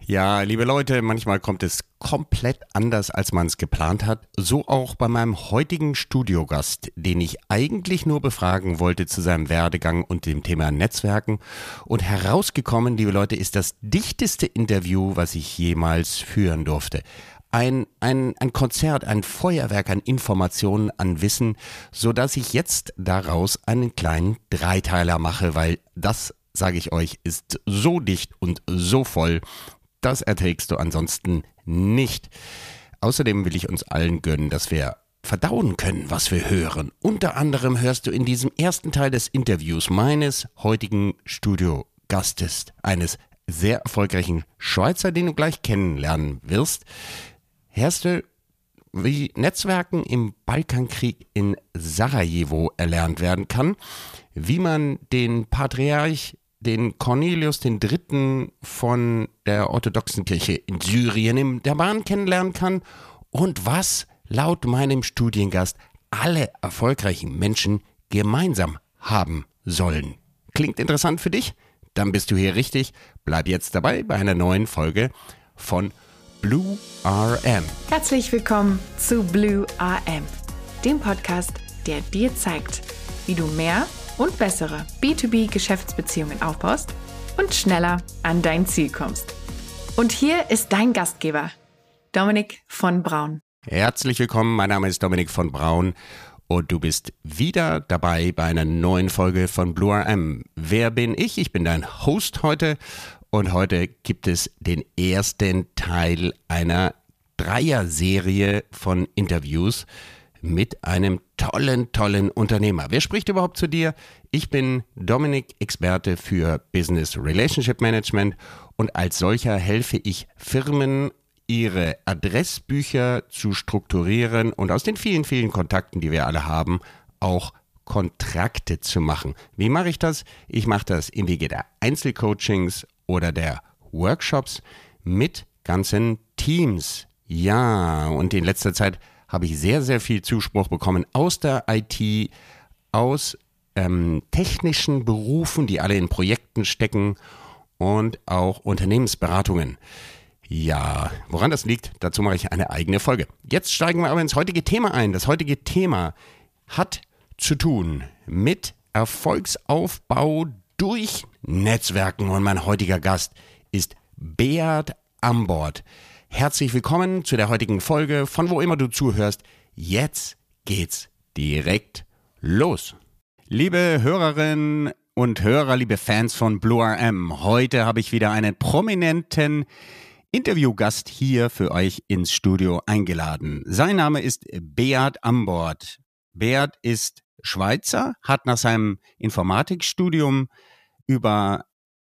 Ja, liebe Leute, manchmal kommt es komplett anders, als man es geplant hat. So auch bei meinem heutigen Studiogast, den ich eigentlich nur befragen wollte zu seinem Werdegang und dem Thema Netzwerken. Und herausgekommen, liebe Leute, ist das dichteste Interview, was ich jemals führen durfte. Ein Konzert, ein Feuerwerk an Informationen, an Wissen, sodass ich jetzt daraus einen kleinen Dreiteiler mache, weil das, sage ich euch, ist so dicht und so voll. Das erträgst du ansonsten nicht. Außerdem will ich uns allen gönnen, dass wir verdauen können, was wir hören. Unter anderem hörst du in diesem ersten Teil des Interviews meines heutigen Studiogastes, eines sehr erfolgreichen Schweizer, den du gleich kennenlernen wirst, hörst du, wie Netzwerken im Balkankrieg in Sarajevo erlernt werden kann, wie man den Patriarch, den Cornelius III. Von der orthodoxen Kirche in Syrien in der Bahn kennenlernen kann und was laut meinem Studiengast alle erfolgreichen Menschen gemeinsam haben sollen. Klingt interessant für dich? Dann bist du hier richtig. Bleib jetzt dabei bei einer neuen Folge von Blue RM. Herzlich willkommen zu Blue RM, dem Podcast, der dir zeigt, wie du mehr und bessere B2B-Geschäftsbeziehungen aufbaust und schneller an dein Ziel kommst. Und hier ist dein Gastgeber, Dominik von Braun. Herzlich willkommen, mein Name ist Dominik von Braun und du bist wieder dabei bei einer neuen Folge von Blue RM. Wer bin ich? Ich bin dein Host heute und heute gibt es den ersten Teil einer Dreier-Serie von Interviews mit einem tollen Unternehmer. Wer spricht überhaupt zu dir? Ich bin Dominik, Experte für Business Relationship Management und als solcher helfe ich Firmen, ihre Adressbücher zu strukturieren und aus den vielen Kontakten, die wir alle haben, auch Kontrakte zu machen. Wie mache ich das? Ich mache das im Wege der Einzelcoachings oder der Workshops mit ganzen Teams. Ja, und in letzter Zeit habe ich sehr viel Zuspruch bekommen aus der IT, aus technischen Berufen, die alle in Projekten stecken und auch Unternehmensberatungen. Ja, woran das liegt, dazu mache ich eine eigene Folge. Jetzt steigen wir aber ins heutige Thema ein. Das heutige Thema hat zu tun mit Erfolgsaufbau durch Netzwerken und mein heutiger Gast ist Beat Ambort. Herzlich willkommen zu der heutigen Folge, von wo immer du zuhörst. Jetzt geht's direkt los. Liebe Hörerinnen und Hörer, liebe Fans von Blue RM, heute habe ich wieder einen prominenten Interviewgast hier für euch ins Studio eingeladen. Sein Name ist Beat Ambort. Beat ist Schweizer, hat nach seinem Informatikstudium über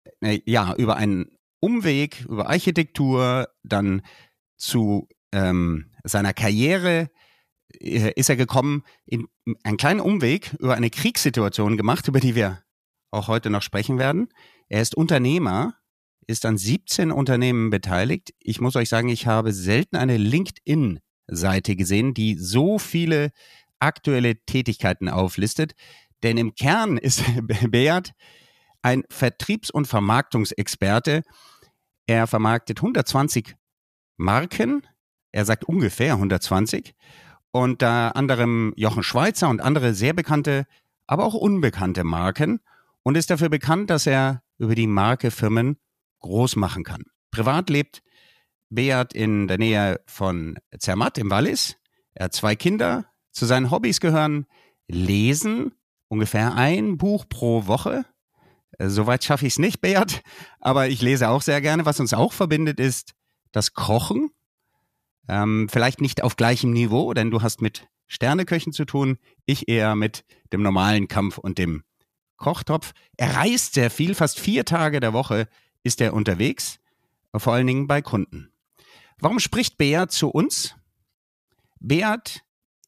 einen Umweg, über Architektur, dann zu seiner Karriere ist er gekommen, in einen kleinen Umweg über eine Kriegssituation gemacht, über die wir auch heute noch sprechen werden. Er ist Unternehmer, ist an 17 Unternehmen beteiligt. Ich muss euch sagen, ich habe selten eine LinkedIn-Seite gesehen, die so viele aktuelle Tätigkeiten auflistet. Denn im Kern ist Beat ein Vertriebs- und Vermarktungsexperte. Er vermarktet 120 Marken. Er sagt ungefähr 120. Und da anderem Jochen Schweizer und andere sehr bekannte, aber auch unbekannte Marken. Und ist dafür bekannt, dass er über die Marke Firmen groß machen kann. Privat lebt Beat in der Nähe von Zermatt im Wallis. Er hat 2 Kinder. Zu seinen Hobbys gehören Lesen, ungefähr ein Buch pro Woche. Soweit schaffe ich es nicht, Beat, aber ich lese auch sehr gerne. Was uns auch verbindet, ist das Kochen. Vielleicht nicht auf gleichem Niveau, denn du hast mit Sterneköchen zu tun. Ich eher mit dem normalen Kampf und dem Kochtopf. Er reist sehr viel, fast 4 Tage der Woche ist er unterwegs, vor allen Dingen bei Kunden. Warum spricht Beat zu uns? Beat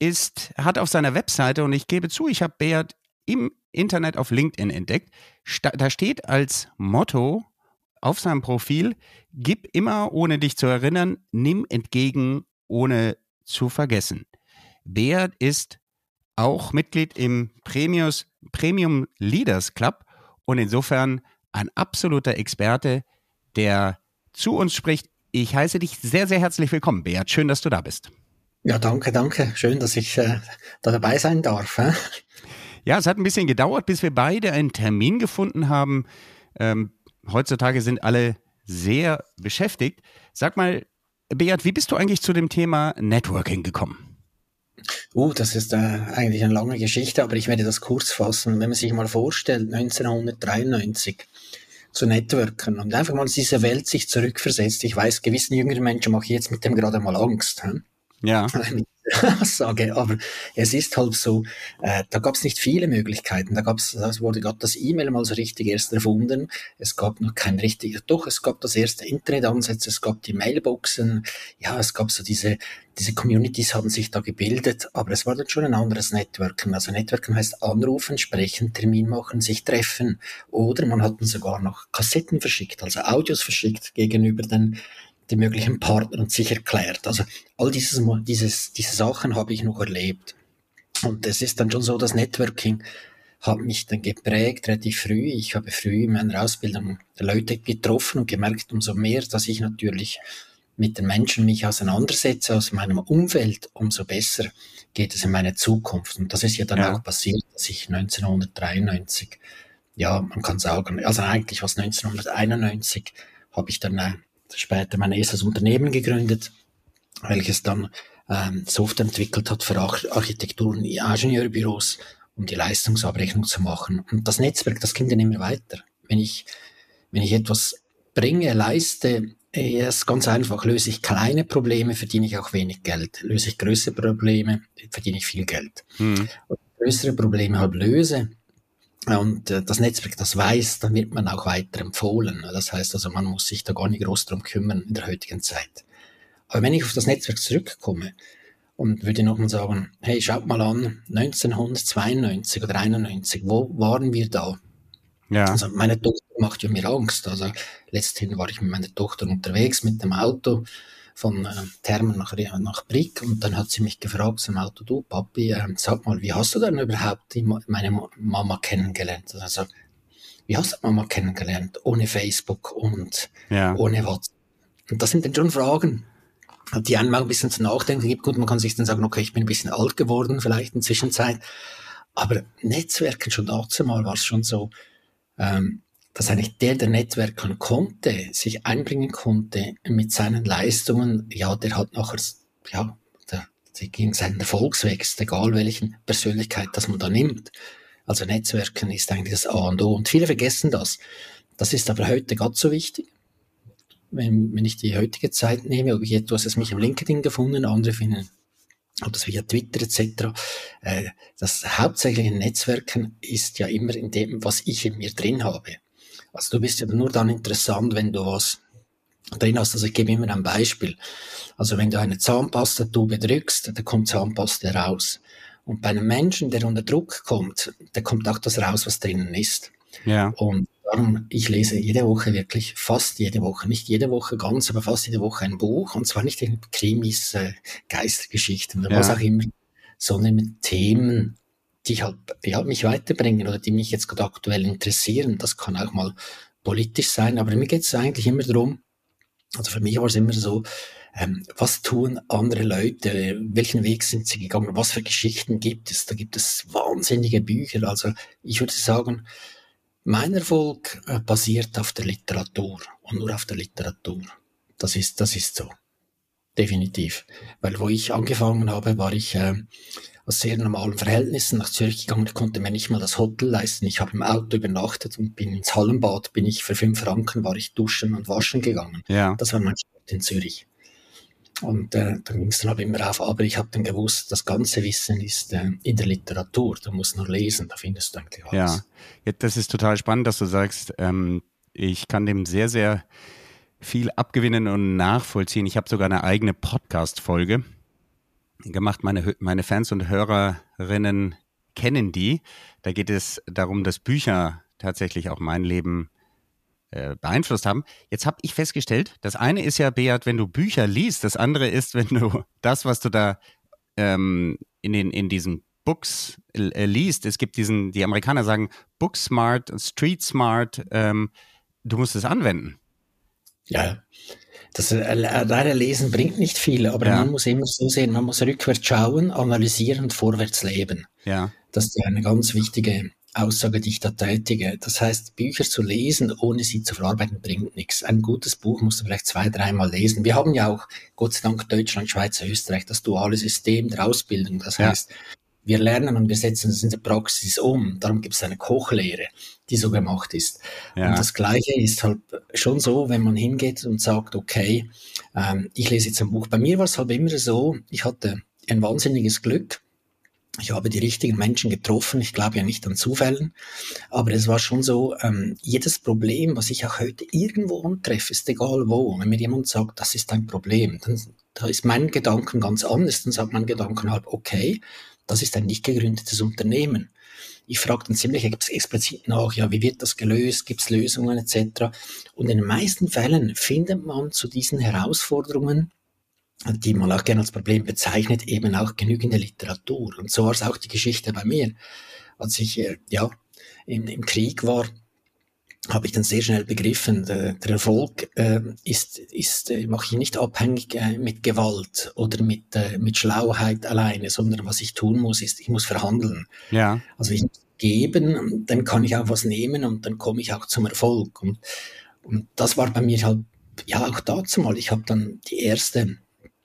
hat auf seiner Webseite, und ich gebe zu, ich habe Beat im Internet auf LinkedIn entdeckt, da steht als Motto auf seinem Profil: Gib immer, ohne dich zu erinnern, nimm entgegen, ohne zu vergessen. Beat ist auch Mitglied im Premium Leaders Club und insofern ein absoluter Experte, der zu uns spricht. Ich heiße dich sehr, sehr herzlich willkommen, Beat. Schön, dass du da bist. Ja, danke. Schön, dass ich da dabei sein darf. Ja, es hat ein bisschen gedauert, bis wir beide einen Termin gefunden haben. Heutzutage sind alle sehr beschäftigt. Sag mal, Beat, wie bist du eigentlich zu dem Thema Networking gekommen? Das ist eigentlich eine lange Geschichte, aber ich werde das kurz fassen. Wenn man sich mal vorstellt, 1993 zu networken und einfach mal in diese Welt sich zurückversetzt. Ich weiß, gewissen jüngeren Menschen mache ich jetzt mit dem gerade mal Angst. Ja. Aussage, aber es ist halt so, da gab es nicht viele Möglichkeiten. Da wurde gerade das E-Mail mal so richtig erst erfunden. Es gab noch kein richtiges, es gab das erste Internetansätze, es gab die Mailboxen, ja, es gab so diese Communities haben sich da gebildet, aber es war dann schon ein anderes Networken. Also Networken heißt anrufen, sprechen, Termin machen, sich treffen. Oder man hat dann sogar noch Kassetten verschickt, also Audios verschickt gegenüber den möglichen Partner und sich erklärt. Also all diese Sachen habe ich noch erlebt. Und es ist dann schon so, das Networking hat mich dann geprägt, relativ früh. Ich habe früh in meiner Ausbildung Leute getroffen und gemerkt, umso mehr, dass ich natürlich mit den Menschen mich auseinandersetze, aus meinem Umfeld, umso besser geht es in meine Zukunft. Und das ist ja dann auch passiert, dass ich 1993, ja, man kann sagen, also eigentlich was 1991, habe ich dann später mein erstes Unternehmen gegründet, welches dann Software entwickelt hat für Architektur- und Ingenieurbüros, um die Leistungsabrechnung zu machen. Und das Netzwerk, das geht dann immer weiter. Wenn ich etwas bringe, leiste, ist ganz einfach, löse ich kleine Probleme, verdiene ich auch wenig Geld. Löse ich größere Probleme, verdiene ich viel Geld. Und größere Probleme halt löse, und das Netzwerk das weiß, dann wird man auch weiter empfohlen. Das heißt also, man muss sich da gar nicht groß drum kümmern in der heutigen Zeit. Aber wenn ich auf das Netzwerk zurückkomme und würde nochmal sagen, hey, schaut mal an, 1992 oder 91, wo waren wir da? Ja. Also meine Tochter macht ja mir Angst. Also letzthin war ich mit meiner Tochter unterwegs mit dem Auto von Thermen nach Brig und dann hat sie mich gefragt im Auto, du Papi, sag mal, wie hast du denn überhaupt meine Mama kennengelernt? Also, wie hast du Mama kennengelernt? Ohne Facebook und ohne WhatsApp. Und das sind dann schon Fragen, die einem auch ein bisschen zu nachdenken gibt. Gut, man kann sich dann sagen, okay, ich bin ein bisschen alt geworden, vielleicht in der Zwischenzeit. Aber Netzwerken schon dazu mal war es schon so, dass eigentlich der Netzwerken konnte, sich einbringen konnte mit seinen Leistungen, ja, der hat nachher, ja, der ging seinen Erfolgsweg, egal welchen Persönlichkeit das man da nimmt. Also Netzwerken ist eigentlich das A und O. Und viele vergessen das. Das ist aber heute ganz so wichtig. Wenn ich die heutige Zeit nehme, habe ich etwas, das mich im LinkedIn gefunden, andere finden, ob das via Twitter etc. Das hauptsächliche Netzwerken ist ja immer in dem, was ich in mir drin habe. Also du bist ja nur dann interessant, wenn du was drin hast. Also ich gebe immer ein Beispiel. Also wenn du eine Zahnpastatube drückst, dann kommt Zahnpasta raus. Und bei einem Menschen, der unter Druck kommt, da kommt auch das raus, was drinnen ist. Ja. Und darum, ich lese jede Woche wirklich, fast jede Woche, nicht jede Woche ganz, aber fast jede Woche ein Buch. Und zwar nicht in Krimis, Geistergeschichten oder was auch immer, sondern mit Themen, die halt, mich weiterbringen oder die mich jetzt gerade aktuell interessieren. Das kann auch mal politisch sein, aber mir geht es eigentlich immer darum, also für mich war es immer so, was tun andere Leute, welchen Weg sind sie gegangen, was für Geschichten gibt es, da gibt es wahnsinnige Bücher, also ich würde sagen, mein Erfolg basiert auf der Literatur und nur auf der Literatur. Das ist so. Definitiv. Weil wo ich angefangen habe, war ich aus sehr normalen Verhältnissen nach Zürich gegangen. Ich konnte mir nicht mal das Hotel leisten. Ich habe im Auto übernachtet und bin ins Hallenbad, für 5 Franken war ich duschen und waschen gegangen. Ja. Das war mein Sport in Zürich. Und dann ging es dann aber immer auf. Aber ich habe dann gewusst, das ganze Wissen ist in der Literatur. Du musst nur lesen, da findest du eigentlich alles. Ja, das ist total spannend, dass du sagst, ich kann dem sehr, sehr viel abgewinnen und nachvollziehen. Ich habe sogar eine eigene Podcast-Folge gemacht. Meine Fans und Hörerinnen kennen die. Da geht es darum, dass Bücher tatsächlich auch mein Leben beeinflusst haben. Jetzt habe ich festgestellt, das eine ist ja, Beat, wenn du Bücher liest, das andere ist, wenn du das, was du da in diesen Books liest, es gibt die Amerikaner sagen Book Smart, Street Smart, du musst es anwenden. Ja, das reine Lesen bringt nicht viel, aber man muss immer so sehen, man muss rückwärts schauen, analysieren und vorwärts leben. Ja. Das ist eine ganz wichtige Aussage, die ich da tätige. Das heißt, Bücher zu lesen, ohne sie zu verarbeiten, bringt nichts. Ein gutes Buch musst du vielleicht 2-3 Mal lesen. Wir haben ja auch, Gott sei Dank, Deutschland, Schweiz, Österreich, das duale System der Ausbildung. Das heißt, wir lernen und wir setzen es in der Praxis um. Darum gibt es eine Kochlehre, die so gemacht ist. Ja. Und das Gleiche ist halt schon so, wenn man hingeht und sagt, okay, ich lese jetzt ein Buch. Bei mir war es halt immer so, ich hatte ein wahnsinniges Glück. Ich habe die richtigen Menschen getroffen. Ich glaube ja nicht an Zufällen. Aber es war schon so, jedes Problem, was ich auch heute irgendwo antreffe, ist egal wo. Wenn mir jemand sagt, das ist ein Problem, dann da ist mein Gedanken ganz anders. Dann sagt mein Gedanken halt, okay, das ist ein nicht gegründetes Unternehmen. Ich frage dann ziemlich explizit nach, ja, wie wird das gelöst, gibt es Lösungen etc. Und in den meisten Fällen findet man zu diesen Herausforderungen, die man auch gerne als Problem bezeichnet, eben auch genügende Literatur. Und so war es auch die Geschichte bei mir. Als ich im Krieg war, habe ich dann sehr schnell begriffen, der Erfolg mache ich nicht abhängig mit Gewalt oder mit Schlauheit alleine, sondern was ich tun muss, ist, ich muss verhandeln. Ja. Also ich muss geben, dann kann ich auch was nehmen und dann komme ich auch zum Erfolg. Und das war bei mir halt, ja, auch dazu mal. Ich habe dann die ersten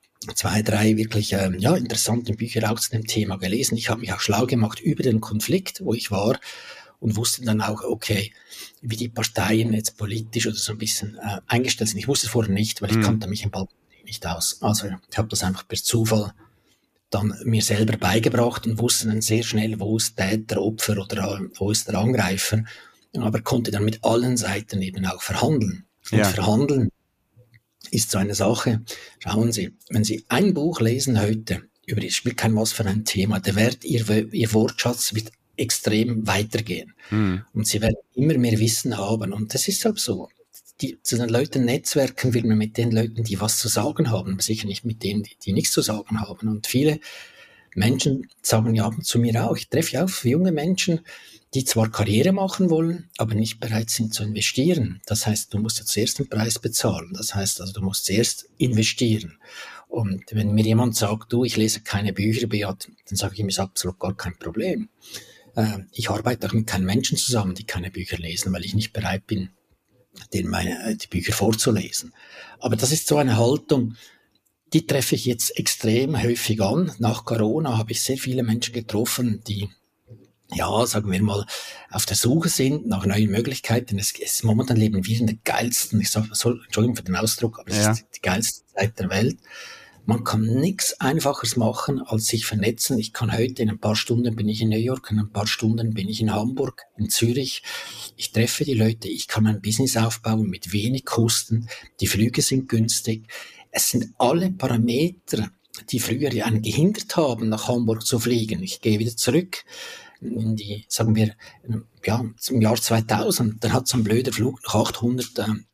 2-3 wirklich interessante Bücher auch zu dem Thema gelesen. Ich habe mich auch schlau gemacht über den Konflikt, wo ich war, und wusste dann auch, okay, wie die Parteien jetzt politisch oder so ein bisschen eingestellt sind. Ich wusste es vorher nicht, weil ich kannte mich im Balkan nicht aus. Also ich habe das einfach per Zufall dann mir selber beigebracht und wusste dann sehr schnell, wo ist Täter, Opfer oder wo ist der Angreifer, aber konnte dann mit allen Seiten eben auch verhandeln. Und verhandeln ist so eine Sache. Schauen Sie, wenn Sie ein Buch lesen heute, über das spielt kein was für ein Thema, der wird Ihr Wortschatz wird extrem weitergehen. Und Sie werden immer mehr Wissen haben. Und das ist halt so. Zu den Leuten netzwerken will man mit den Leuten, die was zu sagen haben, sicher nicht mit denen, die nichts zu sagen haben. Und viele Menschen sagen ja zu mir auch, ich treffe ja auf junge Menschen, die zwar Karriere machen wollen, aber nicht bereit sind zu investieren. Das heißt, du musst ja zuerst den Preis bezahlen. Das heißt also, du musst zuerst investieren. Und wenn mir jemand sagt, du, ich lese keine Bücher, Beat, dann sage ich ihm, ist absolut gar kein Problem. Ich arbeite auch mit keinen Menschen zusammen, die keine Bücher lesen, weil ich nicht bereit bin, denen die Bücher vorzulesen. Aber das ist so eine Haltung, die treffe ich jetzt extrem häufig an. Nach Corona habe ich sehr viele Menschen getroffen, die, ja, sagen wir mal, auf der Suche sind nach neuen Möglichkeiten. Momentan leben wir in der geilsten, Entschuldigung für den Ausdruck, aber es ist die geilste Zeit der Welt. Man kann nichts Einfacheres machen, als sich vernetzen. Ich kann heute in ein paar Stunden bin ich in New York, in ein paar Stunden bin ich in Hamburg, in Zürich. Ich treffe die Leute, ich kann mein Business aufbauen mit wenig Kosten. Die Flüge sind günstig. Es sind alle Parameter, die früher einen gehindert haben, nach Hamburg zu fliegen. Ich gehe wieder zurück in die, sagen wir, zum Jahr 2000. Dann hat so ein blöder Flug noch 800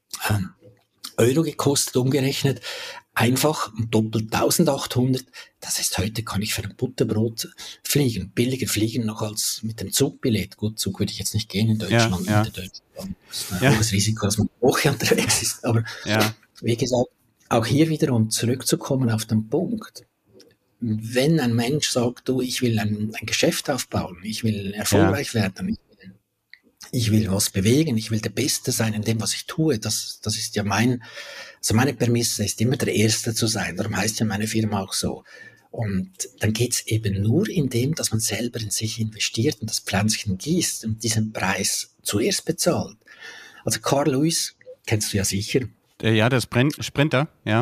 Euro gekostet, umgerechnet. Einfach und doppelt 1800. Das heißt, heute kann ich für ein Butterbrot fliegen. Billiger fliegen noch als mit dem Zugbillett. Gut, Zug würde ich jetzt nicht gehen in Deutschland. Ja. Das ist ein hohes Risiko, dass man eine Woche unterwegs ist. Aber wie gesagt, auch hier wiederum zurückzukommen auf den Punkt. Wenn ein Mensch sagt, du, ich will ein Geschäft aufbauen, ich will erfolgreich werden, ich will was bewegen, ich will der Beste sein in dem, was ich tue, das ist ja meine Prämisse ist immer der Erste zu sein, darum heißt ja meine Firma auch so. Und dann geht's eben nur in dem, dass man selber in sich investiert und das Pflänzchen gießt und diesen Preis zuerst bezahlt. Also Carl Lewis, kennst du ja sicher. Ja, der Sprinter, ja.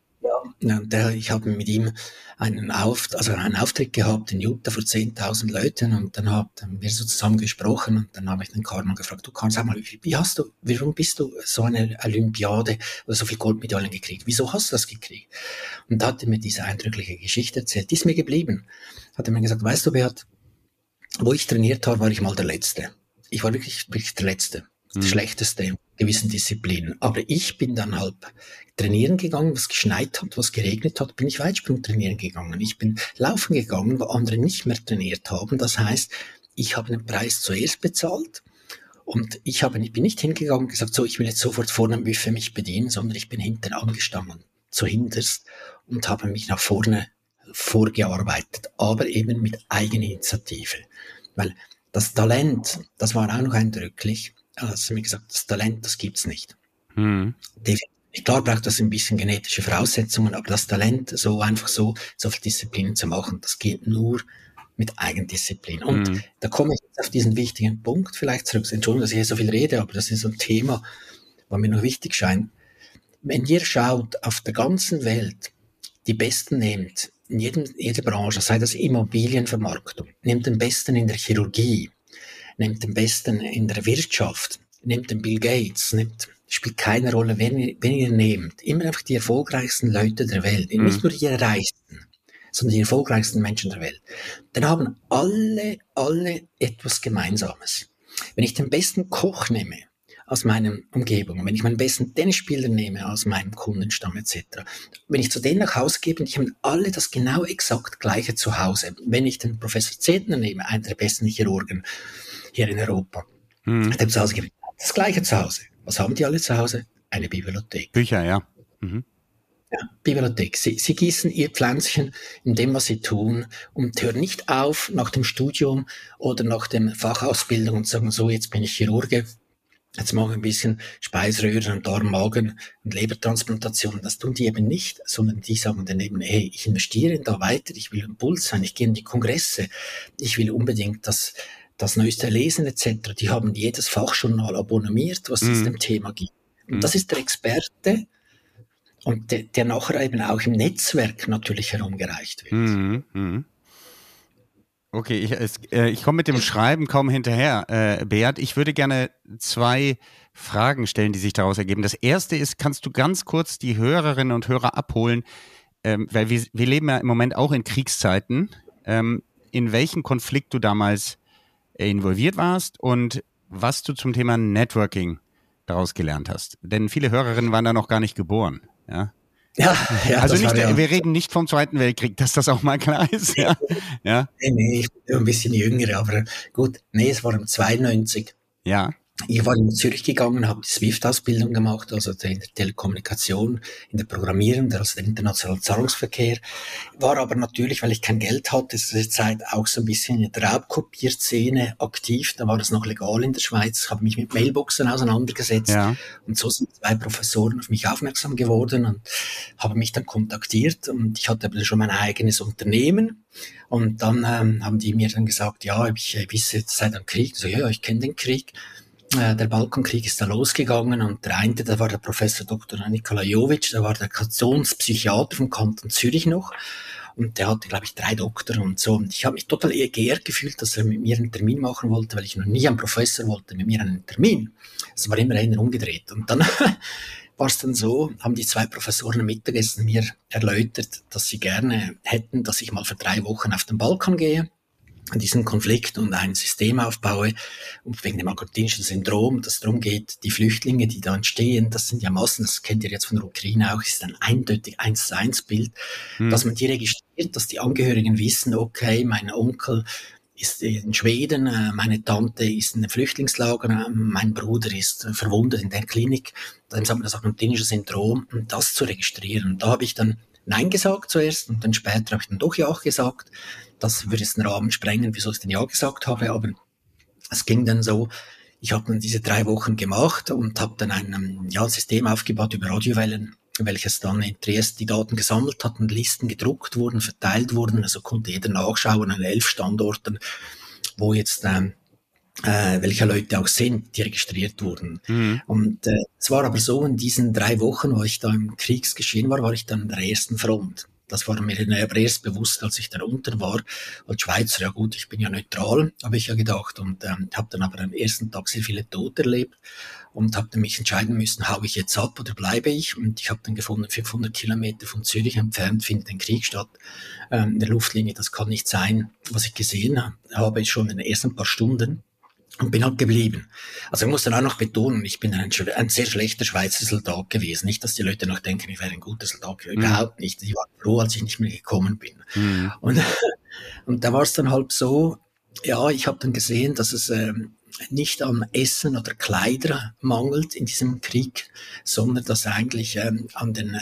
Ja, ich habe mit ihm einen Auftritt gehabt in Utah vor 10.000 Leuten und dann haben wir so zusammen gesprochen und dann habe ich den Karl mal gefragt, du Karl, sag mal, warum bist du so eine Olympiade oder so viel Goldmedaillen gekriegt? Wieso hast du das gekriegt? Und da hat er mir diese eindrückliche Geschichte erzählt, die ist mir geblieben. Hat er mir gesagt, weißt du, Beat, wo ich trainiert habe, war ich mal der Letzte. Ich war wirklich der Letzte. Das Schlechteste in gewissen Disziplinen. Aber ich bin dann halt trainieren gegangen, was geschneit hat, was geregnet hat, bin ich Weitsprung trainieren gegangen. Ich bin laufen gegangen, wo andere nicht mehr trainiert haben. Das heißt, ich habe den Preis zuerst bezahlt Und ich bin nicht hingegangen und gesagt, so, ich will jetzt sofort vorne am Buffet mich bedienen, sondern ich bin hinten angestanden, zuhinterst, und habe mich nach vorne vorgearbeitet, aber eben mit Eigeninitiative. Weil das Talent, das war auch noch eindrücklich, also mir gesagt, das Talent, das gibt's nicht. Definitiv. Klar braucht das ein bisschen genetische Voraussetzungen, aber das Talent, so einfach so viele Disziplinen zu machen, das geht nur mit Eigendisziplin. Und da komme ich jetzt auf diesen wichtigen Punkt vielleicht zurück. Entschuldigung, dass ich hier so viel rede, aber das ist so ein Thema, was mir noch wichtig scheint. Wenn ihr schaut, auf der ganzen Welt, die Besten nehmt, in jeder Branche, sei das Immobilienvermarktung, nehmt den Besten in der Chirurgie, nehmt den Besten in der Wirtschaft, nehmt den Bill Gates, spielt keine Rolle, wen ihr nehmt. Immer einfach die erfolgreichsten Leute der Welt, nicht nur die reichsten, sondern die erfolgreichsten Menschen der Welt. Dann haben alle etwas Gemeinsames. Wenn ich den besten Koch nehme aus meiner Umgebung, wenn ich meinen besten Tennisspieler nehme aus meinem Kundenstamm etc., wenn ich zu denen nach Hause gebe, und die haben alle das genau exakt gleiche zu Hause. Wenn ich den Professor Zedner nehme, einen der besten Chirurgen hier in Europa, der zu Hause gibt, das gleiche zu Hause. Was haben die alle zu Hause? Eine Bibliothek. Bücher, ja. Ja, Bibliothek. Sie gießen ihr Pflänzchen in dem, was sie tun, und hören nicht auf nach dem Studium oder nach der Fachausbildung und sagen, so, jetzt bin ich Chirurge, jetzt mache ich ein bisschen Speiseröhren und Darm, Magen und Lebertransplantation. Das tun die eben nicht, sondern die sagen dann eben, hey, ich investiere da weiter, ich will ein Puls sein, ich gehe in die Kongresse, ich will unbedingt das Neueste lesen etc. Die haben jedes Fachjournal abonniert, was es dem Thema gibt. Und das ist der Experte, und der nachher eben auch im Netzwerk natürlich herumgereicht wird. Okay, ich komme mit dem Schreiben kaum hinterher. Beat, ich würde gerne 2 Fragen stellen, die sich daraus ergeben. Das erste ist, kannst du ganz kurz die Hörerinnen und Hörer abholen, weil wir leben ja im Moment auch in Kriegszeiten, in welchen Konflikt du damals involviert warst und was du zum Thema Networking daraus gelernt hast. Denn viele Hörerinnen waren da noch gar nicht geboren. Ja, also nicht, wir reden nicht vom Zweiten Weltkrieg, dass das auch mal klar ist. Ja. Nee, ich bin ein bisschen jünger, aber gut. Nee, es war 92. Ja. Ich war in Zürich gegangen, habe die SWIFT-Ausbildung gemacht, also in der Telekommunikation, in der Programmierung, also der internationale Zahlungsverkehr. War aber natürlich, weil ich kein Geld hatte, zu der Zeit auch so ein bisschen in der Raubkopierszene aktiv. Da war das noch legal in der Schweiz. Ich habe mich mit Mailboxen auseinandergesetzt. Ja. Und so sind 2 Professoren auf mich aufmerksam geworden und haben mich dann kontaktiert. Und ich hatte aber schon mein eigenes Unternehmen. Und dann haben die mir dann gesagt, ja, ich wisse, es sei dann Krieg. So, ja, ich kenne den Krieg. Der Balkankrieg ist da losgegangen, und der eine, da war der Professor Dr. Nikolajovic, der war der Kantonspsychiater vom Kanton Zürich noch, und der hatte, glaube ich, 3 Doktor und so. Und ich habe mich total geehrt gefühlt, dass er mit mir einen Termin machen wollte, weil ich noch nie einen Professor wollte, mit mir einen Termin. Es war immer eher umgedreht. Und dann war es dann so, haben die 2 Professoren am Mittagessen mir erläutert, dass sie gerne hätten, dass ich mal für 3 Wochen auf den Balkan gehe, diesen Konflikt und ein System aufbaue, und wegen dem argentinischen Syndrom, dass es darum geht, die Flüchtlinge, die da entstehen, das sind ja Massen, das kennt ihr jetzt von der Ukraine auch, ist ein eindeutig 1:1 Bild, dass man die registriert, dass die Angehörigen wissen, okay, mein Onkel ist in Schweden, meine Tante ist in einem Flüchtlingslager, mein Bruder ist verwundet in der Klinik, dann sagt man das argentinische Syndrom, und das zu registrieren. Und da habe ich dann Nein gesagt zuerst, und dann später habe ich dann doch Ja gesagt. Das würde jetzt den Rahmen sprengen, wieso ich denn Ja gesagt habe, aber es ging dann so, ich habe dann diese 3 Wochen gemacht und habe dann ein System aufgebaut über Radiowellen, welches dann in Triest die Daten gesammelt hat und Listen gedruckt wurden, verteilt wurden, also konnte jeder nachschauen an 11 Standorten, wo jetzt welche Leute auch sind, die registriert wurden. Und es war aber so, in diesen 3 Wochen, wo ich da im Kriegsgeschehen war ich dann an der ersten Front. Das war mir aber erst bewusst, als ich da unten war. Als Schweizer, ja gut, ich bin ja neutral, habe ich ja gedacht. Und habe dann aber am ersten Tag sehr viele Tote erlebt und habe dann mich entscheiden müssen, haue ich jetzt ab oder bleibe ich? Und ich habe dann gefunden, 500 Kilometer von Zürich entfernt findet ein Krieg statt. In der Luftlinie, das kann nicht sein. Was ich gesehen habe, ist schon in den ersten paar Stunden. Und bin halt geblieben. Also ich muss dann auch noch betonen, ich bin ein sehr schlechter Schweizer Soldat gewesen. Nicht, dass die Leute noch denken, ich wäre ein guter Soldat. Überhaupt nicht. Ich war froh, als ich nicht mehr gekommen bin. Und da war es dann halt so, ja, ich habe dann gesehen, dass es nicht an Essen oder Kleider mangelt in diesem Krieg, sondern dass eigentlich an den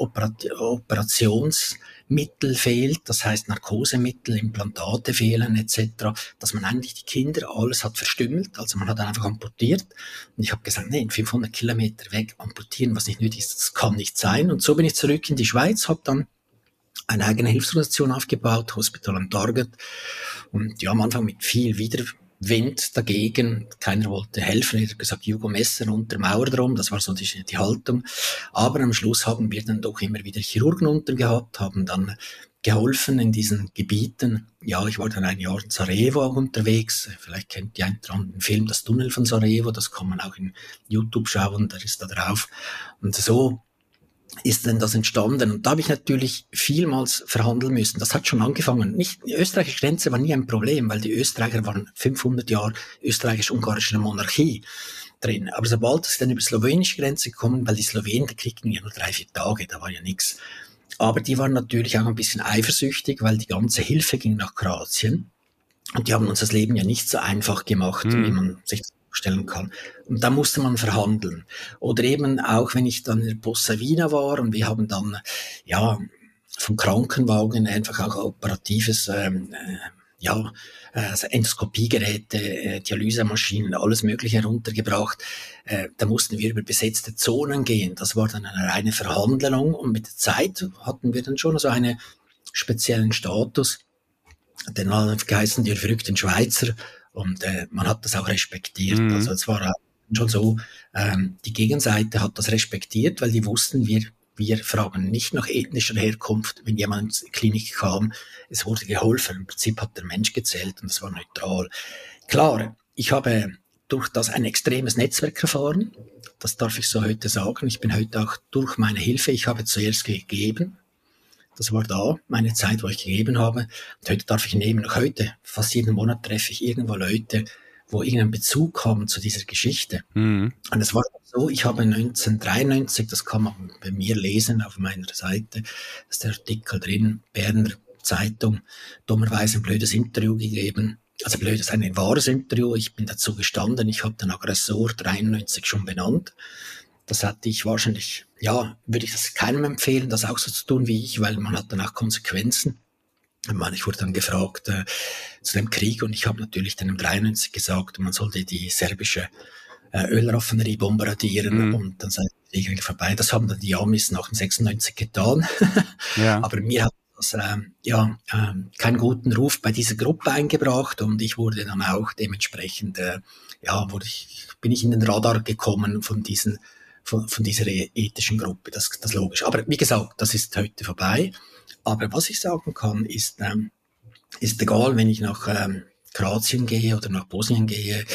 Operationsmitteln fehlt, das heißt Narkosemittel, Implantate fehlen etc., dass man eigentlich die Kinder alles hat verstümmelt, also man hat einfach amputiert und ich habe gesagt, nee, 500 Kilometer weg amputieren, was nicht nötig ist, das kann nicht sein und so bin ich zurück in die Schweiz, habe dann eine eigene Hilfsorganisation aufgebaut, Hospital on Target und ja, am Anfang mit viel Wind dagegen, keiner wollte helfen, er hat gesagt, Jugo Messer unter Mauer drum, das war so die Haltung, aber am Schluss haben wir dann doch immer wieder Chirurgen untergehabt, haben dann geholfen in diesen Gebieten, ja, ich war dann ein Jahr in Sarajevo auch unterwegs, vielleicht kennt ihr einen Film, das Tunnel von Sarajevo, das kann man auch in YouTube schauen, der ist da drauf und so ist denn das entstanden? Und da habe ich natürlich vielmals verhandeln müssen. Das hat schon angefangen. Die österreichische Grenze war nie ein Problem, weil die Österreicher waren 500 Jahre österreichisch-ungarische Monarchie drin. Aber sobald es dann über die slowenische Grenze gekommen, weil die Slowenen, die kriegten ja nur 3-4 Tage, da war ja nichts. Aber die waren natürlich auch ein bisschen eifersüchtig, weil die ganze Hilfe ging nach Kroatien. Und die haben uns das Leben ja nicht so einfach gemacht, wie man sich stellen kann. Und da musste man verhandeln. Oder eben auch, wenn ich dann in der Posavina war und wir haben dann, ja, vom Krankenwagen einfach auch operatives, also Endoskopiegeräte, Dialysemaschinen, alles Mögliche heruntergebracht. Da mussten wir über besetzte Zonen gehen. Das war dann eine reine Verhandlung und mit der Zeit hatten wir dann schon so einen speziellen Status. Den haben geheißen, die verrückten Schweizer. Und man hat das auch respektiert. Also es war schon so, die Gegenseite hat das respektiert, weil die wussten, wir fragen nicht nach ethnischer Herkunft. Wenn jemand in die Klinik kam, es wurde geholfen. Im Prinzip hat der Mensch gezählt und es war neutral. Klar, ich habe durch das ein extremes Netzwerk erfahren. Das darf ich so heute sagen. Ich bin heute auch durch meine Hilfe, ich habe zuerst gegeben. Das war da, meine Zeit, wo ich gegeben habe. Und heute darf ich nehmen, noch heute, fast jeden Monat treffe ich irgendwo Leute, wo irgendeinen Bezug haben zu dieser Geschichte. Und es war so, ich habe 1993, das kann man bei mir lesen auf meiner Seite, ist der Artikel drin, Berner Zeitung, dummerweise ein blödes Interview gegeben. Also blöd, das ist ein wahres Interview, ich bin dazu gestanden, ich habe den Aggressor 93 schon benannt. Das hatte ich wahrscheinlich, ja, würde ich das keinem empfehlen, das auch so zu tun wie ich, weil man hat dann auch Konsequenzen. Ich wurde dann gefragt zu dem Krieg und ich habe natürlich dann im 93 gesagt, man sollte die serbische Ölraffinerie bombardieren und dann sei der Krieg vorbei. Das haben dann die Amis nach dem 96 getan. Ja. Aber mir hat das keinen guten Ruf bei dieser Gruppe eingebracht und ich wurde dann auch dementsprechend, bin ich in den Radar gekommen von dieser ethischen Gruppe, das ist logisch. Aber wie gesagt, das ist heute vorbei. Aber was ich sagen kann, ist egal, wenn ich nach Kroatien gehe oder nach Bosnien gehe,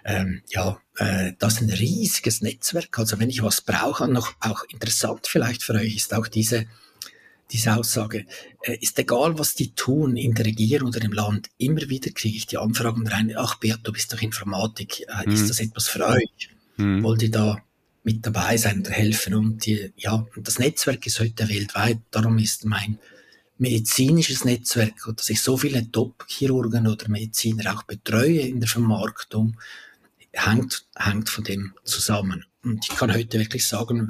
das ist ein riesiges Netzwerk. Also wenn ich was brauche, noch auch interessant vielleicht für euch ist auch diese Aussage, ist egal, was die tun in der Regierung oder im Land, immer wieder kriege ich die Anfragen rein, ach Beat, du bist doch Informatik, ist das etwas für euch? Wollt ihr da mit dabei sein oder helfen? Und das Netzwerk ist heute weltweit, darum ist mein medizinisches Netzwerk, dass ich so viele Top-Chirurgen oder Mediziner auch betreue in der Vermarktung, hängt von dem zusammen. Und ich kann heute wirklich sagen,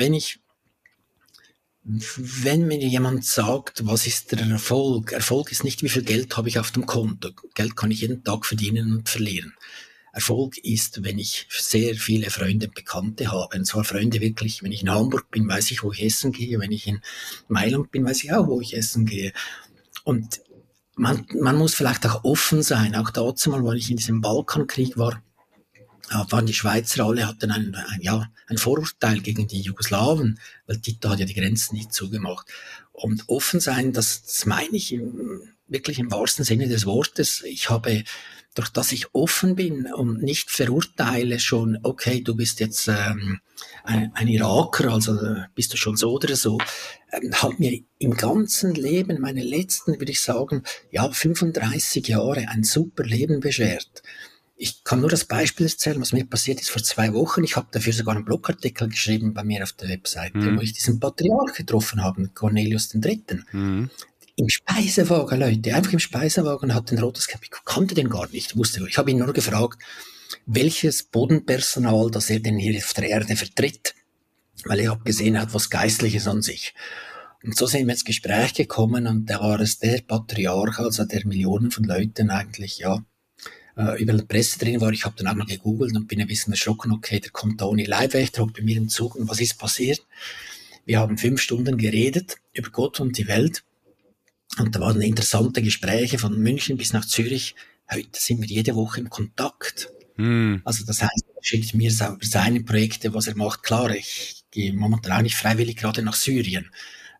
wenn mir jemand sagt, was ist der Erfolg? Erfolg ist nicht, wie viel Geld habe ich auf dem Konto. Geld kann ich jeden Tag verdienen und verlieren. Erfolg ist, wenn ich sehr viele Freunde und Bekannte habe. Und zwar Freunde wirklich, wenn ich in Hamburg bin, weiß ich, wo ich essen gehe. Wenn ich in Mailand bin, weiß ich auch, wo ich essen gehe. Und man muss vielleicht auch offen sein. Auch dazu mal, weil ich in diesem Balkankrieg war, waren die Schweizer alle, hatten ein Vorurteil gegen die Jugoslawen, weil Tito hat ja die Grenzen nicht zugemacht. Und offen sein, das meine ich wirklich im wahrsten Sinne des Wortes. Ich habe, durch dass ich offen bin und nicht verurteile schon, okay, du bist jetzt ein Iraker, also bist du schon so oder so, hat mir im ganzen Leben, meine letzten, würde ich sagen, 35 Jahre ein super Leben beschert. Ich kann nur das Beispiel erzählen, was mir passiert ist vor 2 Wochen. Ich habe dafür sogar einen Blogartikel geschrieben bei mir auf der Webseite, wo ich diesen Patriarch getroffen habe, Cornelius III. Im Speisewagen, Leute, einfach im Speisewagen, hat den rotes Käppchen, kannte den gar nicht, wusste. Ich habe ihn nur gefragt, welches Bodenpersonal, das er denn hier auf der Erde vertritt. Weil ich habe gesehen, er hat was Geistliches an sich. Und so sind wir ins Gespräch gekommen und da war es der Patriarch, also der Millionen von Leuten eigentlich, über die Presse drin war. Ich habe dann auch mal gegoogelt und bin ein bisschen erschrocken, okay, der kommt da ohne Leibwächter, hockt bei mir im Zug und was ist passiert? Wir haben 5 Stunden geredet über Gott und die Welt und da waren interessante Gespräche von München bis nach Zürich. Heute sind wir jede Woche im Kontakt. Also das heißt, er schickt mir über seine Projekte, was er macht. Klar, ich gehe momentan auch nicht freiwillig gerade nach Syrien.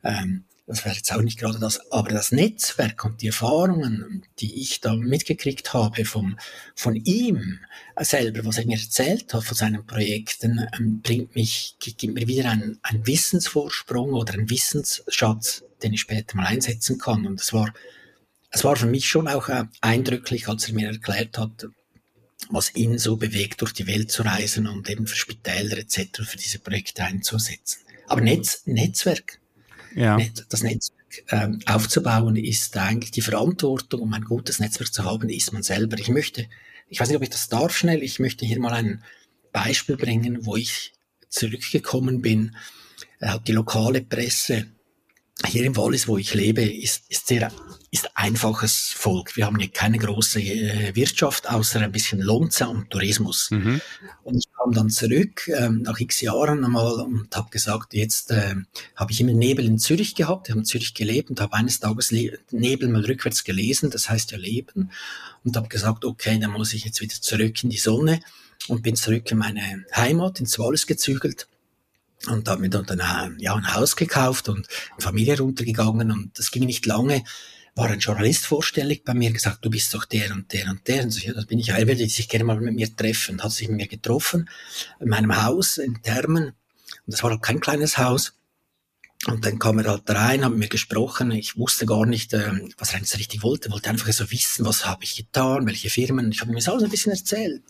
Das wäre jetzt auch nicht gerade das, aber das Netzwerk und die Erfahrungen, die ich da mitgekriegt habe von ihm selber, was er mir erzählt hat von seinen Projekten, gibt mir wieder einen Wissensvorsprung oder einen Wissensschatz, den ich später mal einsetzen kann. Und es war für mich schon auch eindrücklich, als er mir erklärt hat, was ihn so bewegt, durch die Welt zu reisen und eben für Spitäler etc. für diese Projekte einzusetzen. Aber Netzwerk. Ja. Das Netzwerk aufzubauen ist eigentlich die Verantwortung, um ein gutes Netzwerk zu haben, ist man selber. Ich weiß nicht, ob ich das darf schnell, ich möchte hier mal ein Beispiel bringen, wo ich zurückgekommen bin. Die lokale Presse hier im Wallis, wo ich lebe, ist einfaches Volk. Wir haben hier keine große Wirtschaft, außer ein bisschen Lonza und Tourismus. Und ich kam dann zurück, nach x Jahren einmal und habe gesagt, jetzt habe ich immer Nebel in Zürich gehabt, ich habe in Zürich gelebt und habe eines Tages Nebel mal rückwärts gelesen, das heißt ja Leben, und habe gesagt, okay, dann muss ich jetzt wieder zurück in die Sonne und bin zurück in meine Heimat, ins Wallis gezügelt. Und habe mir dann ein Haus gekauft und Familie runtergegangen und das ging nicht lange, war ein Journalist vorstellig bei mir, gesagt, du bist doch der und der und der. Und so, ja, das bin ich, er würde sich gerne mal mit mir treffen. Hat sich mit mir getroffen in meinem Haus in Thermen und das war halt kein kleines Haus. Und dann kam er halt rein, hat mit mir gesprochen, ich wusste gar nicht, was er eigentlich richtig wollte einfach so wissen, was habe ich getan, welche Firmen, ich habe ihm das alles ein bisschen erzählt.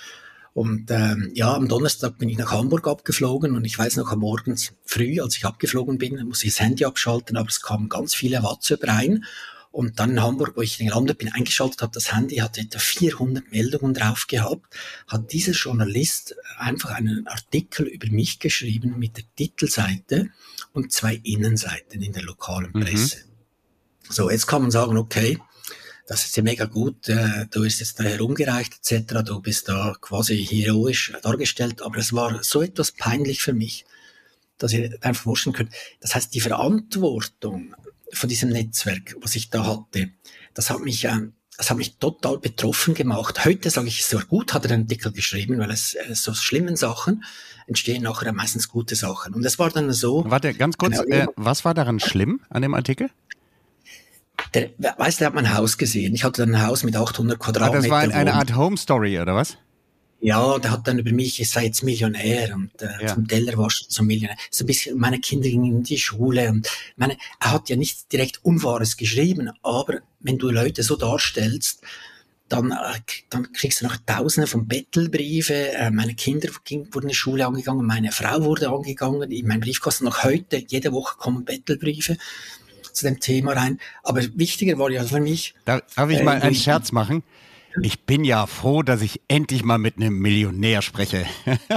Und am Donnerstag bin ich nach Hamburg abgeflogen und ich weiß noch, am Morgens früh, als ich abgeflogen bin, musste ich das Handy abschalten, aber es kamen ganz viele WhatsApp rein. Und dann in Hamburg, wo ich gelandet bin, eingeschaltet habe, das Handy hatte etwa 400 Meldungen drauf gehabt, hat dieser Journalist einfach einen Artikel über mich geschrieben mit der Titelseite und 2 Innenseiten in der lokalen Presse. So, jetzt kann man sagen, okay, das ist ja mega gut, du bist jetzt da herumgereicht etc., du bist da quasi heroisch dargestellt, aber es war so etwas peinlich für mich, dass ihr einfach vorstellen könnt. Das heißt, die Verantwortung von diesem Netzwerk, was ich da hatte, das hat mich total betroffen gemacht. Heute sage ich, es war gut, hat er einen Artikel geschrieben, weil es so schlimmen Sachen entstehen nachher meistens gute Sachen. Und es war dann so... Warte, ganz kurz, was war daran schlimm an dem Artikel? Der hat mein Haus gesehen. Ich hatte dann ein Haus mit 800 Quadratmetern. Das war eine Art Home Story, oder was? Ja, der hat dann über mich, ich sei jetzt Millionär und zum Tellerwaschen zum Millionär. So ein bisschen, meine Kinder gingen in die Schule und er hat ja nicht direkt Unwahres geschrieben, aber wenn du Leute so darstellst, dann kriegst du noch Tausende von Bettelbriefe. Meine Kinder wurden in die Schule angegangen, meine Frau wurde angegangen, in meinem Briefkasten noch heute, jede Woche kommen Bettelbriefe zu dem Thema rein. Aber wichtiger war ja für mich... Darf ich mal einen Scherz machen? Ich bin ja froh, dass ich endlich mal mit einem Millionär spreche.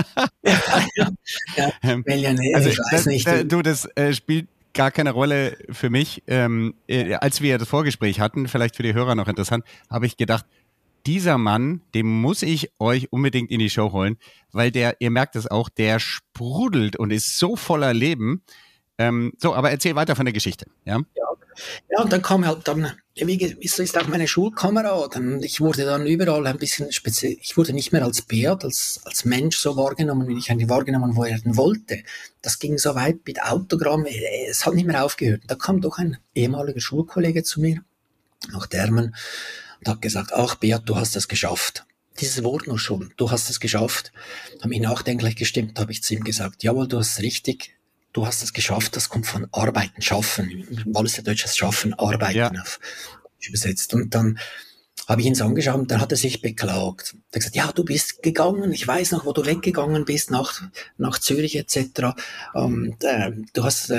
Millionär, also, ich weiß nicht. Das spielt gar keine Rolle für mich. Als wir das Vorgespräch hatten, vielleicht für die Hörer noch interessant, habe ich gedacht, dieser Mann, den muss ich euch unbedingt in die Show holen, weil ihr merkt es auch, der sprudelt und ist so voller Leben. Aber erzähl weiter von der Geschichte. Ja, und dann kam halt dann, wie ist auch meine Schulkameraden. Und ich wurde dann überall ein bisschen speziell. Ich wurde nicht mehr als Beat, als Mensch so wahrgenommen, wie ich eigentlich wahrgenommen werden wollte. Das ging so weit mit Autogramm. Es hat nicht mehr aufgehört. Da kam doch ein ehemaliger Schulkollege zu mir nach Thermen und hat gesagt, ach Beat, du hast es geschafft. Dieses Wort nur schon, du hast es geschafft. Hat mich nachdenklich gestimmt, habe ich zu ihm gesagt, jawohl, du hast es richtig. Du hast es geschafft, das kommt von Arbeiten, Schaffen. Alles der Deutsche Schaffen, Arbeiten auf übersetzt. Und dann habe ich ihn angeschaut und dann hat er sich beklagt. Er hat gesagt, ja, du bist gegangen, ich weiß noch, wo du weggegangen bist, nach Zürich etc. Und du hast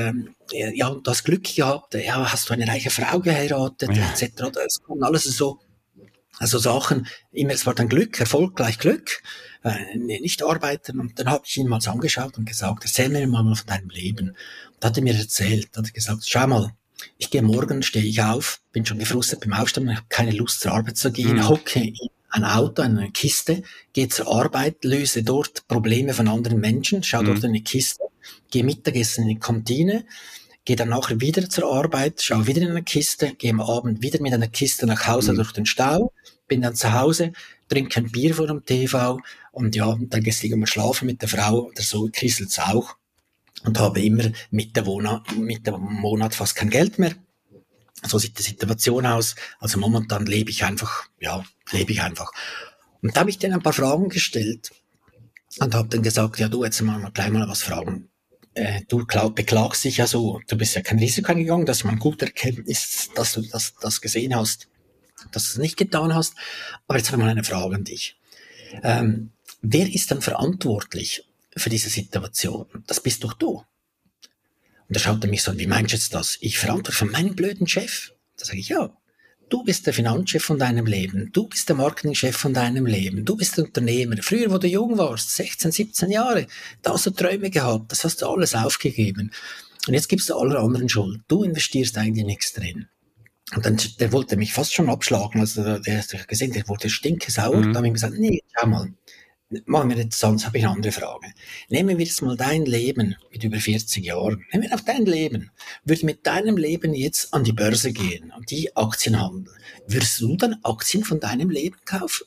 Glück gehabt, hast du eine reiche Frau geheiratet etc. Das kommt alles so Also Sachen, immer, es war dann Glück, Erfolg gleich Glück, nicht arbeiten. Und dann habe ich ihn mal so angeschaut und gesagt, erzähl mir mal von deinem Leben. Und hat er mir erzählt, hat er gesagt, schau mal, ich gehe morgen, stehe ich auf, bin schon gefrustet beim Aufstehen, habe keine Lust zur Arbeit zu gehen, hocke in ein Auto, in eine Kiste, gehe zur Arbeit, löse dort Probleme von anderen Menschen, schaue dort in eine Kiste, gehe Mittagessen in die Kantine, gehe dann nachher wieder zur Arbeit, schaue wieder in eine Kiste, gehe am Abend wieder mit einer Kiste nach Hause durch den Stau, bin dann zu Hause, trinke ein Bier vor dem TV und ja, dann gehst du irgendwann schlafen mit der Frau oder so, krisselt's auch und habe immer mit dem Monat fast kein Geld mehr. So sieht die Situation aus. Also momentan lebe ich einfach. Und da habe ich denen ein paar Fragen gestellt und habe dann gesagt, ja du, jetzt mal gleich mal was fragen. Du beklagst dich ja so, du bist ja kein Risiko eingegangen, das ist mal eine gute Erkenntnis, dass du das gesehen hast, dass du es nicht getan hast. Aber jetzt habe ich mal eine Frage an dich. Wer ist dann verantwortlich für diese Situation? Das bist doch du. Und da schaut er mich so an, wie meinst du jetzt das? Ich verantworte für meinen blöden Chef? Da sage ich, ja. Du bist der Finanzchef von deinem Leben. Du bist der Marketingchef von deinem Leben. Du bist der Unternehmer. Früher, wo du jung warst, 16, 17 Jahre, da hast du Träume gehabt. Das hast du alles aufgegeben. Und jetzt gibst du alle anderen Schuld. Du investierst eigentlich nichts drin. Und dann, der wollte mich fast schon abschlagen. Also, der hat gesehen, der wurde stinkesauer. Da habe ich gesagt, nee, schau mal. Machen wir jetzt, sonst habe ich eine andere Frage. Nehmen wir jetzt mal dein Leben mit über 40 Jahren. Nehmen wir auf dein Leben. Würde mit deinem Leben jetzt an die Börse gehen und die Aktien handeln. Würdest du dann Aktien von deinem Leben kaufen?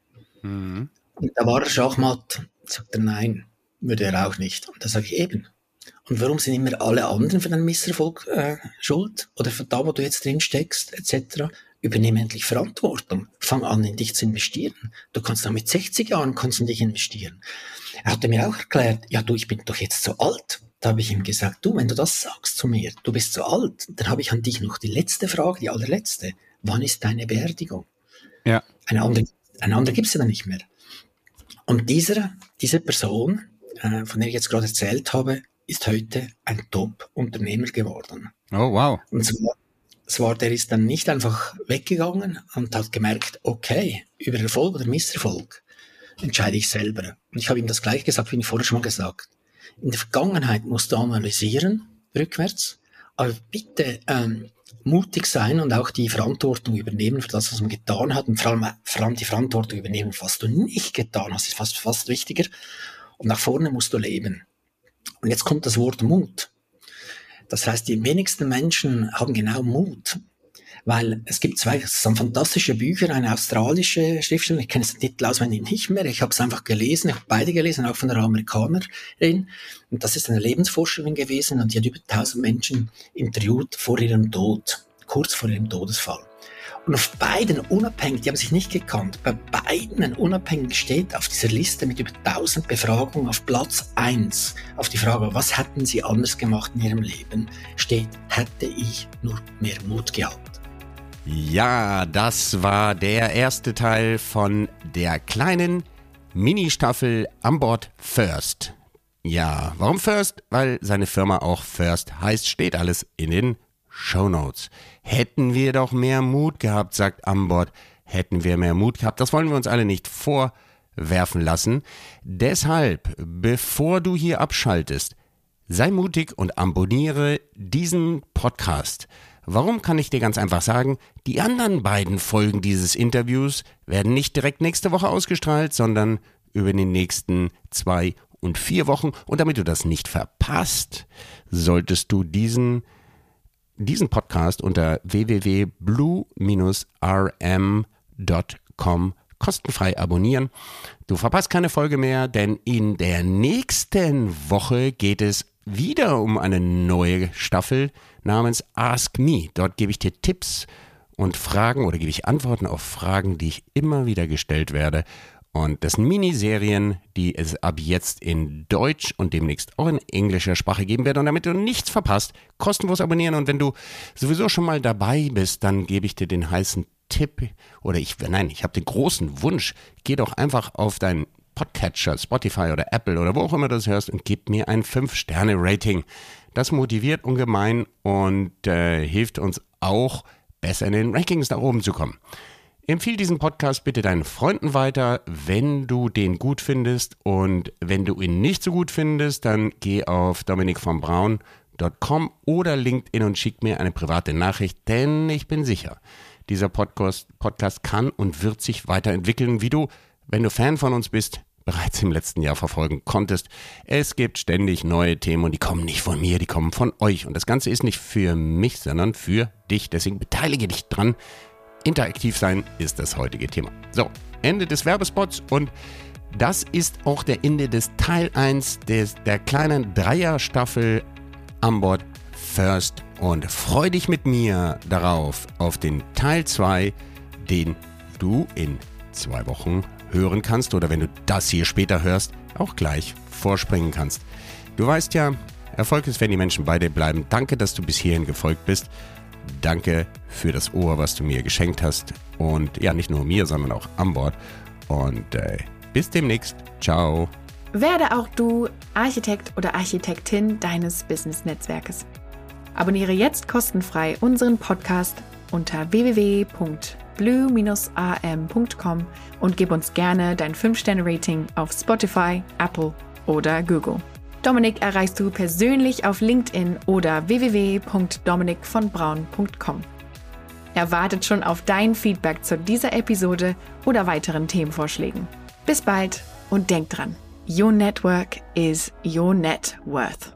Und da war er schachmatt. Sagt er, nein, würde er auch nicht. Und da sage ich eben. Und warum sind immer alle anderen für deinen Misserfolg schuld? Oder für da, wo du jetzt drin steckst, etc.? Übernehme endlich Verantwortung. Fang an, in dich zu investieren. Du kannst auch mit 60 Jahren in dich investieren. Er hatte mir auch erklärt, ja du, ich bin doch jetzt so alt. Da habe ich ihm gesagt, du, wenn du das sagst zu mir, du bist so alt, dann habe ich an dich noch die letzte Frage, die allerletzte. Wann ist deine Beerdigung? Ja. Eine andere gibt es ja dann nicht mehr. Und diese Person, von der ich jetzt gerade erzählt habe, ist heute ein Top-Unternehmer geworden. Oh, wow. Und der ist dann nicht einfach weggegangen und hat gemerkt, okay, über Erfolg oder Misserfolg entscheide ich selber. Und ich habe ihm das gleich gesagt, wie ich vorher schon mal gesagt. In der Vergangenheit musst du analysieren, rückwärts, aber bitte mutig sein und auch die Verantwortung übernehmen für das, was man getan hat und vor allem die Verantwortung übernehmen, was du nicht getan hast, ist fast wichtiger. Und nach vorne musst du leben. Und jetzt kommt das Wort Mut. Das heißt, die wenigsten Menschen haben genau Mut, weil es gibt zwei fantastische Bücher, eine australische Schriftstellerin, ich kenne den Titel auswendig nicht mehr, ich habe es einfach gelesen, ich habe beide gelesen, auch von einer Amerikanerin, und das ist eine Lebensforscherin gewesen und die hat über 1000 Menschen interviewt vor ihrem Tod, kurz vor ihrem Todesfall. Und auf beiden unabhängig, die haben sich nicht gekannt, bei beiden unabhängig steht auf dieser Liste mit über 1000 Befragungen auf Platz 1, auf die Frage, was hätten sie anders gemacht in ihrem Leben, steht, hätte ich nur mehr Mut gehabt. Ja, das war der erste Teil von der kleinen Mini-Staffel an Bord First. Ja, warum First? Weil seine Firma auch First heißt, steht alles in den Shownotes. Hätten wir doch mehr Mut gehabt, sagt Ambord, hätten wir mehr Mut gehabt. Das wollen wir uns alle nicht vorwerfen lassen. Deshalb, bevor du hier abschaltest, sei mutig und abonniere diesen Podcast. Warum, kann ich dir ganz einfach sagen, die anderen beiden Folgen dieses Interviews werden nicht direkt nächste Woche ausgestrahlt, sondern über die nächsten 2 und 4 Wochen. Und damit du das nicht verpasst, solltest du diesen Podcast unter www.blue-rm.com kostenfrei abonnieren. Du verpasst keine Folge mehr, denn in der nächsten Woche geht es wieder um eine neue Staffel namens Ask Me. Dort gebe ich dir Tipps und Fragen oder gebe ich Antworten auf Fragen, die ich immer wieder gestellt werde. Und das sind Miniserien, die es ab jetzt in Deutsch und demnächst auch in englischer Sprache geben wird. Und damit du nichts verpasst, kostenlos abonnieren. Und wenn du sowieso schon mal dabei bist, dann gebe ich dir den heißen Tipp oder ich habe den großen Wunsch, geh doch einfach auf deinen Podcatcher, Spotify oder Apple oder wo auch immer du das hörst und gib mir ein 5-Sterne-Rating. Das motiviert ungemein und hilft uns auch, besser in den Rankings nach oben zu kommen. Empfiehl diesen Podcast bitte deinen Freunden weiter, wenn du den gut findest. Und wenn du ihn nicht so gut findest, dann geh auf dominikvonbraun.com oder LinkedIn und schick mir eine private Nachricht, denn ich bin sicher, dieser Podcast kann und wird sich weiterentwickeln, wie du, wenn du Fan von uns bist, bereits im letzten Jahr verfolgen konntest. Es gibt ständig neue Themen und die kommen nicht von mir, die kommen von euch. Und das Ganze ist nicht für mich, sondern für dich. Deswegen beteilige dich dran. Interaktiv sein ist das heutige Thema. So, Ende des Werbespots und das ist auch der Ende des Teil 1 der kleinen Dreier-Staffel Onboard First und freu dich mit mir darauf, auf den Teil 2, den du in 2 Wochen hören kannst oder wenn du das hier später hörst, auch gleich vorspringen kannst. Du weißt ja, Erfolg ist, wenn die Menschen bei dir bleiben. Danke, dass du bis hierhin gefolgt bist. Danke für das Ohr, was du mir geschenkt hast. Und ja, nicht nur mir, sondern auch an Bord. Und bis demnächst. Ciao. Werde auch du Architekt oder Architektin deines Business-Netzwerkes. Abonniere jetzt kostenfrei unseren Podcast unter www.blue-am.com und gib uns gerne dein 5-Sterne-Rating auf Spotify, Apple oder Google. Dominik erreichst du persönlich auf LinkedIn oder www.dominikvonbraun.com. Er wartet schon auf dein Feedback zu dieser Episode oder weiteren Themenvorschlägen. Bis bald und denk dran, your network is your net worth.